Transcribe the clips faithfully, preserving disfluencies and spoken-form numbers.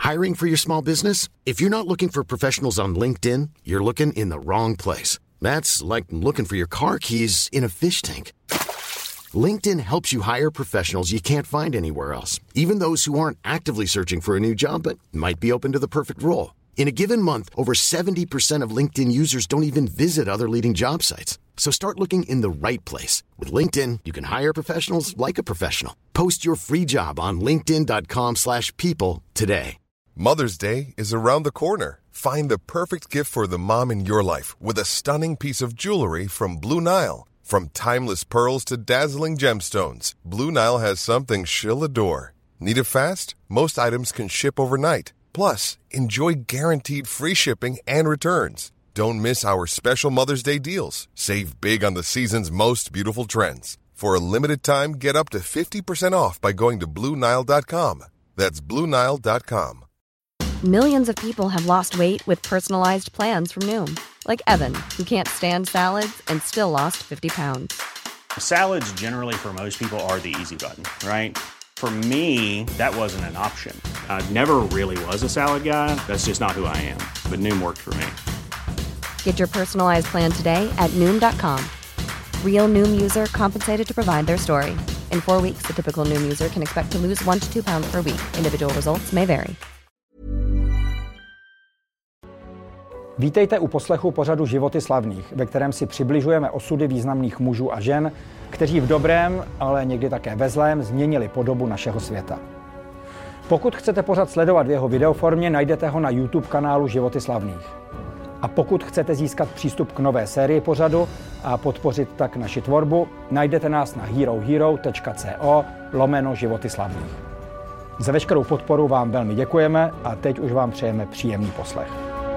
Hiring for your small business? If you're not looking for professionals on LinkedIn, you're looking in the wrong place. That's like looking for your car keys in a fish tank. LinkedIn helps you hire professionals you can't find anywhere else, even those who aren't actively searching for a new job but might be open to the perfect role. In a given month, over seventy percent of LinkedIn users don't even visit other leading job sites. So start looking in the right place. With LinkedIn, you can hire professionals like a professional. Post your free job on linkedin.com slash people today. Mother's Day is around the corner. Find the perfect gift for the mom in your life with a stunning piece of jewelry from Blue Nile. From timeless pearls to dazzling gemstones, Blue Nile has something she'll adore. Need it fast? Most items can ship overnight. Plus, enjoy guaranteed free shipping and returns. Don't miss our special Mother's Day deals. Save big on the season's most beautiful trends. For a limited time, get up to fifty percent off by going to Blue Nile dot com. That's Blue Nile dot com. Millions of people have lost weight with personalized plans from Noom. Like Evan, who can't stand salads and still lost fifty pounds. Salads generally for most people are the easy button, right? For me, that wasn't an option. I never really was a salad guy. That's just not who I am. But Noom worked for me. Get your personalized plan today at Noom dot com. Real Noom user compensated to provide their story. In four weeks, the typical Noom user can expect to lose one to two pounds per week. Individual results may vary. Vítejte u poslechu pořadu Životy slavných, ve kterém si přibližujeme osudy významných mužů a žen, kteří v dobrém, ale někdy také ve zlém změnili podobu našeho světa. Pokud chcete pořad sledovat v jeho videoformě, najdete ho na YouTube kanálu Životy slavných. A pokud chcete získat přístup k nové sérii pořadu a podpořit tak naši tvorbu, najdete nás na herohero tečka co lomeno životy slavných. Za veškerou podporu vám velmi děkujeme a teď už vám přejeme příjemný poslech.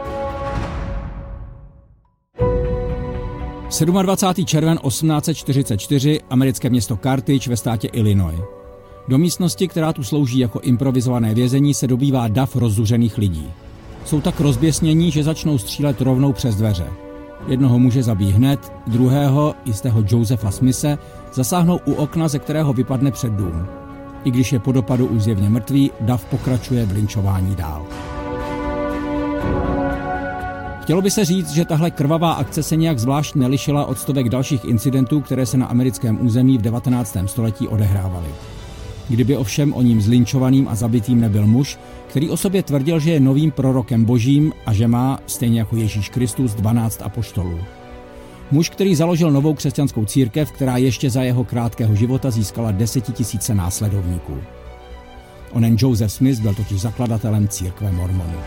dvacátého června osmnáct set čtyřicet čtyři, americké město Carthage ve státě Illinois. Do místnosti, která tu slouží jako improvizované vězení, se dobývá dav rozzuřených lidí. Jsou tak rozběsnění, že začnou střílet rovnou přes dveře. Jednoho muže zabíjí hned, druhého, jistého Josepha Smithe, zasáhnou u okna, ze kterého vypadne před dům. I když je po dopadu už zjevně mrtvý, dav pokračuje v lynčování dál. Chtělo by se říct, že tahle krvavá akce se nějak zvlášť nelišila od stovek dalších incidentů, které se na americkém území v devatenáctém století odehrávaly. Kdyby ovšem o ním zlinčovaným a zabitým nebyl muž, který o sobě tvrdil, že je novým prorokem božím a že má, stejně jako Ježíš Kristus, dvanáct apoštolů. Muž, který založil novou křesťanskou církev, která ještě za jeho krátkého života získala desetitisíce následovníků. Onen Joseph Smith byl totiž zakladatelem církve mormonů.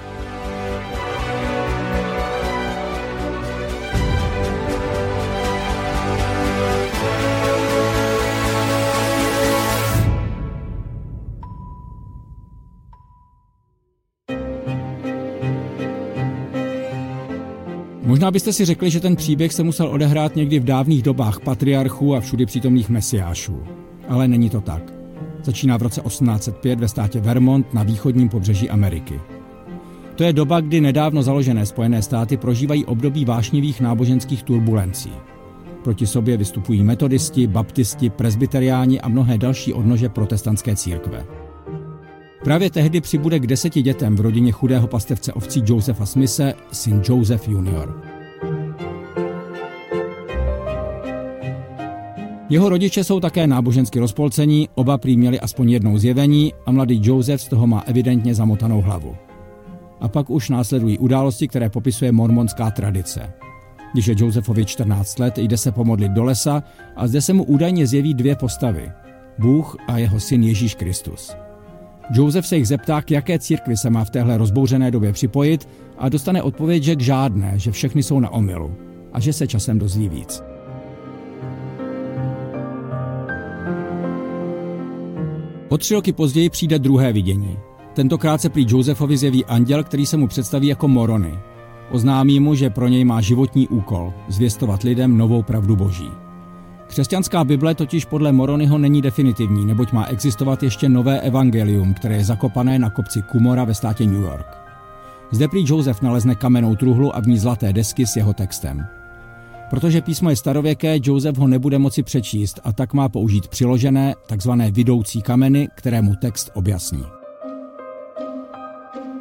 Možná byste si řekli, že ten příběh se musel odehrát někdy v dávných dobách patriarchů a všudy přítomných mesiášů. Ale není to tak. Začíná v roce osmnáct set pět ve státě Vermont na východním pobřeží Ameriky. To je doba, kdy nedávno založené Spojené státy prožívají období vášnivých náboženských turbulencí. Proti sobě vystupují metodisti, baptisti, presbyteriáni a mnohé další odnože protestantské církve. Právě tehdy přibude k deseti dětem v rodině chudého pastevce ovcí Josepha Smithe syn Joseph junior Jeho rodiče jsou také nábožensky rozpolcení, oba prý měli aspoň jednou zjevení a mladý Joseph z toho má evidentně zamotanou hlavu. A pak už následují události, které popisuje mormonská tradice. Když je Josephovi čtrnáct let, jde se pomodlit do lesa a zde se mu údajně zjeví dvě postavy. Bůh a jeho syn Ježíš Kristus. Joseph se jich zeptá, k jaké církvi se má v téhle rozbouřené době připojit a dostane odpověď, že k žádné, že všechny jsou na omylu a že se časem dozví víc. O tři roky později přijde druhé vidění. Tentokrát se prý Josephovi zjeví anděl, který se mu představí jako Morony. Oznámí mu, že pro něj má životní úkol – zvěstovat lidem novou pravdu boží. Křesťanská Bible totiž podle Moronyho není definitivní, neboť má existovat ještě nové evangelium, které je zakopané na kopci Cumorah ve státě New York. Zde prý Joseph nalezne kamennou truhlu a v ní zlaté desky s jeho textem. Protože písmo je starověké, Joseph ho nebude moci přečíst a tak má použít přiložené, takzvané vidoucí kameny, které mu text objasní.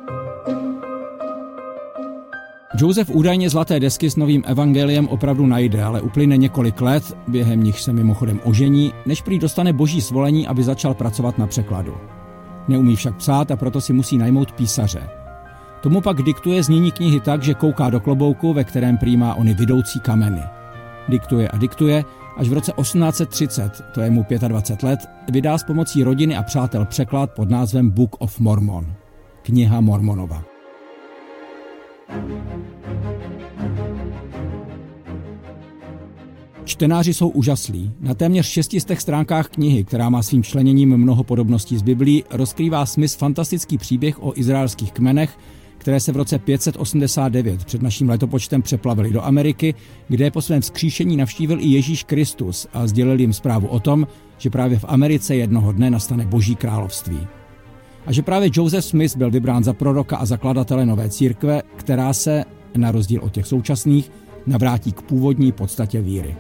Joseph údajně zlaté desky s novým evangeliem opravdu najde, ale uplyne několik let, během nich se mimochodem ožení, než prý dostane boží svolení, aby začal pracovat na překladu. Neumí však psát a proto si musí najmout písaře. Tomu pak diktuje znění knihy tak, že kouká do klobouku, ve kterém prý má ony vidoucí kameny. Diktuje a diktuje, až v roce osmnáct set třicet, to je mu dvacet pět let, vydá s pomocí rodiny a přátel překlad pod názvem Book of Mormon, kniha Mormonova. Čtenáři jsou úžaslí. Na téměř šesti stech stránkách knihy, která má svým členěním mnoho podobností z Biblí, rozkrývá Smith fantastický příběh o izraelských kmenech, které se v roce pět set osmdesát devět před naším letopočtem přeplavili do Ameriky, kde po svém vzkříšení navštívil i Ježíš Kristus a sdělil jim zprávu o tom, že právě v Americe jednoho dne nastane Boží království. A že právě Joseph Smith byl vybrán za proroka a zakladatele nové církve, která se, na rozdíl od těch současných, navrátí k původní podstatě víry.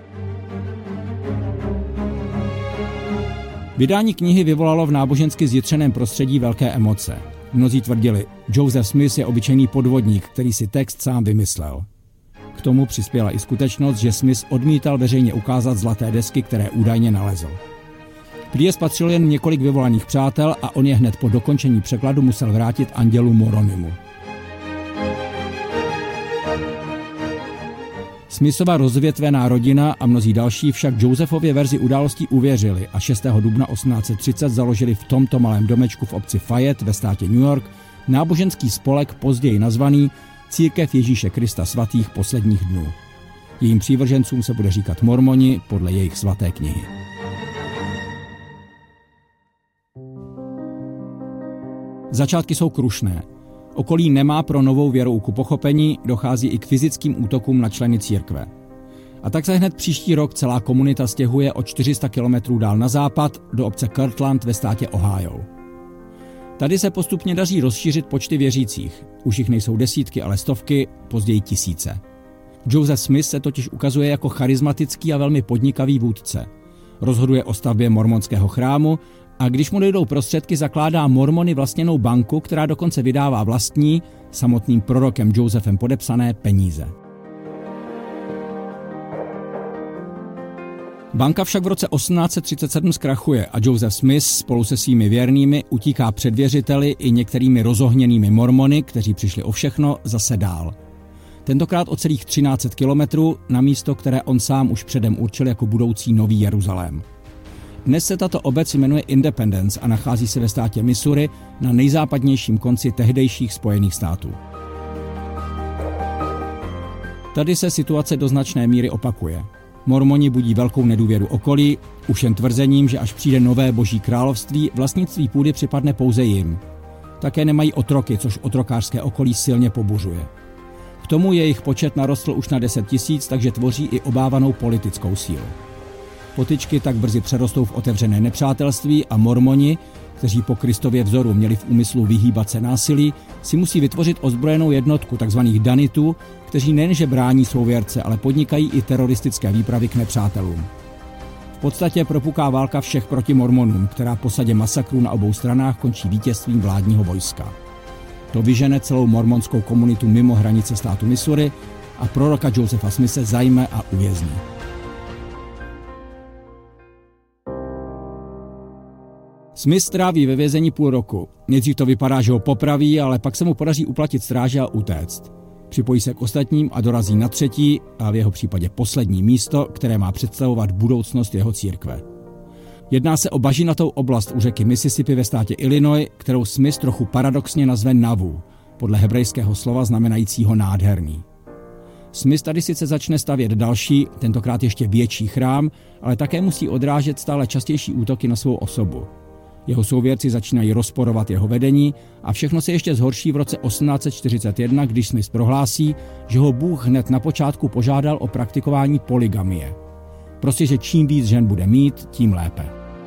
Vydání knihy vyvolalo v nábožensky zjitřeném prostředí velké emoce. Mnozí tvrdili, Joseph Smith je obyčejný podvodník, který si text sám vymyslel. K tomu přispěla i skutečnost, že Smith odmítal veřejně ukázat zlaté desky, které údajně nalezl. Prý je spatřil jen několik vyvolaných přátel a on je hned po dokončení překladu musel vrátit andělu Moronimu. Smithova rozvětvená rodina a mnozí další však Josephově verzi událostí uvěřili a šestého dubna osmnáct set třicet založili v tomto malém domečku v obci Fayette ve státě New York náboženský spolek později nazvaný Církev Ježíše Krista svatých posledních dnů. Jejím přívržencům se bude říkat Mormoni podle jejich svaté knihy. Začátky jsou krušné. Okolí nemá pro novou věrouku pochopení, dochází i k fyzickým útokům na členy církve. A tak se hned příští rok celá komunita stěhuje o čtyři sta kilometrů dál na západ do obce Kirtland ve státě Ohio. Tady se postupně daří rozšířit počty věřících. Už jich nejsou desítky, ale stovky, později tisíce. Joseph Smith se totiž ukazuje jako charismatický a velmi podnikavý vůdce. Rozhoduje o stavbě mormonského chrámu a když mu dojdou prostředky, zakládá Mormony vlastněnou banku, která dokonce vydává vlastní, samotným prorokem Josephem podepsané peníze. Banka však v roce osmnáct set třicet sedm zkrachuje a Joseph Smith spolu se svými věrnými utíká před věřiteli i některými rozohněnými mormony, kteří přišli o všechno, zase dál. Tentokrát o celých třináct set kilometrů na místo, které on sám už předem určil jako budoucí Nový Jeruzalém. Dnes se tato obec jmenuje Independence a nachází se ve státě Missouri na nejzápadnějším konci tehdejších Spojených států. Tady se situace do značné míry opakuje. Mormoni budí velkou nedůvěru okolí, už jen tvrzením, že až přijde nové boží království, vlastnictví půdy připadne pouze jim. Také nemají otroky, což otrokářské okolí silně pobuřuje. K tomu jejich počet narostl už na deset tisíc, takže tvoří i obávanou politickou sílu. Potyčky tak brzy přerostou v otevřené nepřátelství a mormoni, kteří po Kristově vzoru měli v úmyslu vyhýbat se násilí, si musí vytvořit ozbrojenou jednotku tzv. Danitů, kteří nejenže brání svou věrce, ale podnikají i teroristické výpravy k nepřátelům. V podstatě propuká válka všech proti mormonům, která po sadě masakrů na obou stranách končí vítězstvím vládního vojska. To vyžene celou mormonskou komunitu mimo hranice státu Missouri a proroka Josepha Smithe zajme a uvězní. Smith stráví ve vězení půl roku. Nejdřív to vypadá, že ho popraví, ale pak se mu podaří uplatit stráže a utéct. Připojí se k ostatním a dorazí na třetí a v jeho případě poslední místo, které má představovat budoucnost jeho církve. Jedná se o bažinatou oblast u řeky Mississippi ve státě Illinois, kterou Smith trochu paradoxně nazve Nauvoo, podle hebrejského slova znamenajícího nádherný. Smith tady sice začne stavět další, tentokrát ještě větší chrám, ale také musí odrážet stále častější útoky na svou osobu. Jeho souvěrci začínají rozporovat jeho vedení a všechno se ještě zhorší v roce osmnáct set čtyřicet jedna, když Smith prohlásí, že ho Bůh hned na počátku požádal o praktikování polygamie. Prostě, že čím víc žen bude mít, tím lépe.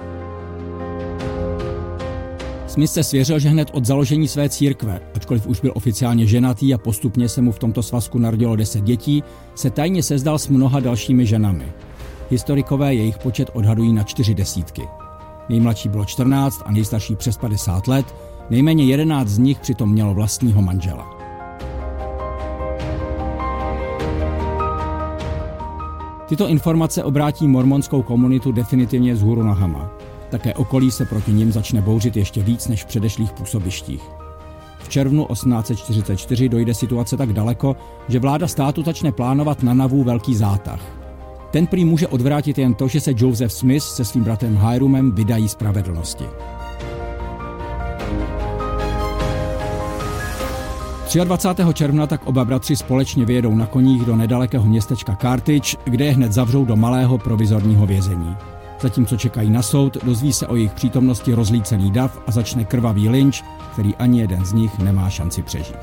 Smith se svěřil, že hned od založení své církve, ačkoliv už byl oficiálně ženatý a postupně se mu v tomto svazku narodilo deset dětí, se tajně sezdal s mnoha dalšími ženami. Historikové jejich počet odhadují na čtyři desítky. Nejmladší bylo čtrnáct a nejstarší přes padesát let, nejméně jedenáct z nich přitom mělo vlastního manžela. Tyto informace obrátí mormonskou komunitu definitivně vzhůru nohama. Také okolí se proti nim začne bouřit ještě víc než v předešlých působištích. V červnu osmnáct set čtyřicet čtyři dojde situace tak daleko, že vláda státu začne plánovat na Nauvoo velký zátah. Ten prý může odvrátit jen to, že se Joseph Smith se svým bratrem Hyrumem vydají spravedlnosti. dvacátého třetího června tak oba bratři společně vyjedou na koních do nedalekého městečka Carthage, kde je hned zavřou do malého provizorního vězení. Zatímco čekají na soud, dozví se o jejich přítomnosti rozlícený dav a začne krvavý lynč, který ani jeden z nich nemá šanci přežít.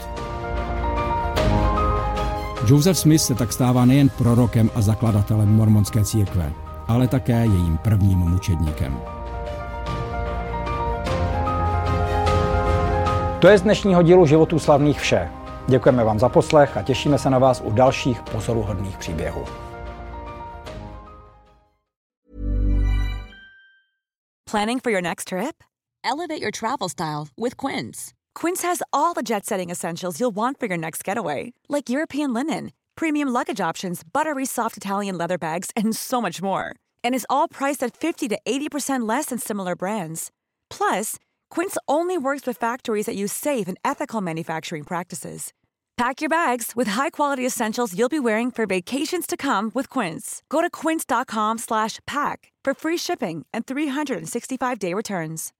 Joseph Smith se tak stává nejen prorokem a zakladatelem mormonské církve, ale také jejím prvním mučedníkem. To je z dnešního dílu Životů slavných vše. Děkujeme vám za poslech a těšíme se na vás u dalších pozoruhodných příběhů. Planning for your next trip? Elevate your travel style with Quince. Quince has all the jet-setting essentials you'll want for your next getaway, like European linen, premium luggage options, buttery soft Italian leather bags, and so much more. And is all priced at fifty to eighty percent less than similar brands. Plus, Quince only works with factories that use safe and ethical manufacturing practices. Pack your bags with high-quality essentials you'll be wearing for vacations to come with Quince. Go to quince dot com slash pack for free shipping and three sixty-five day returns.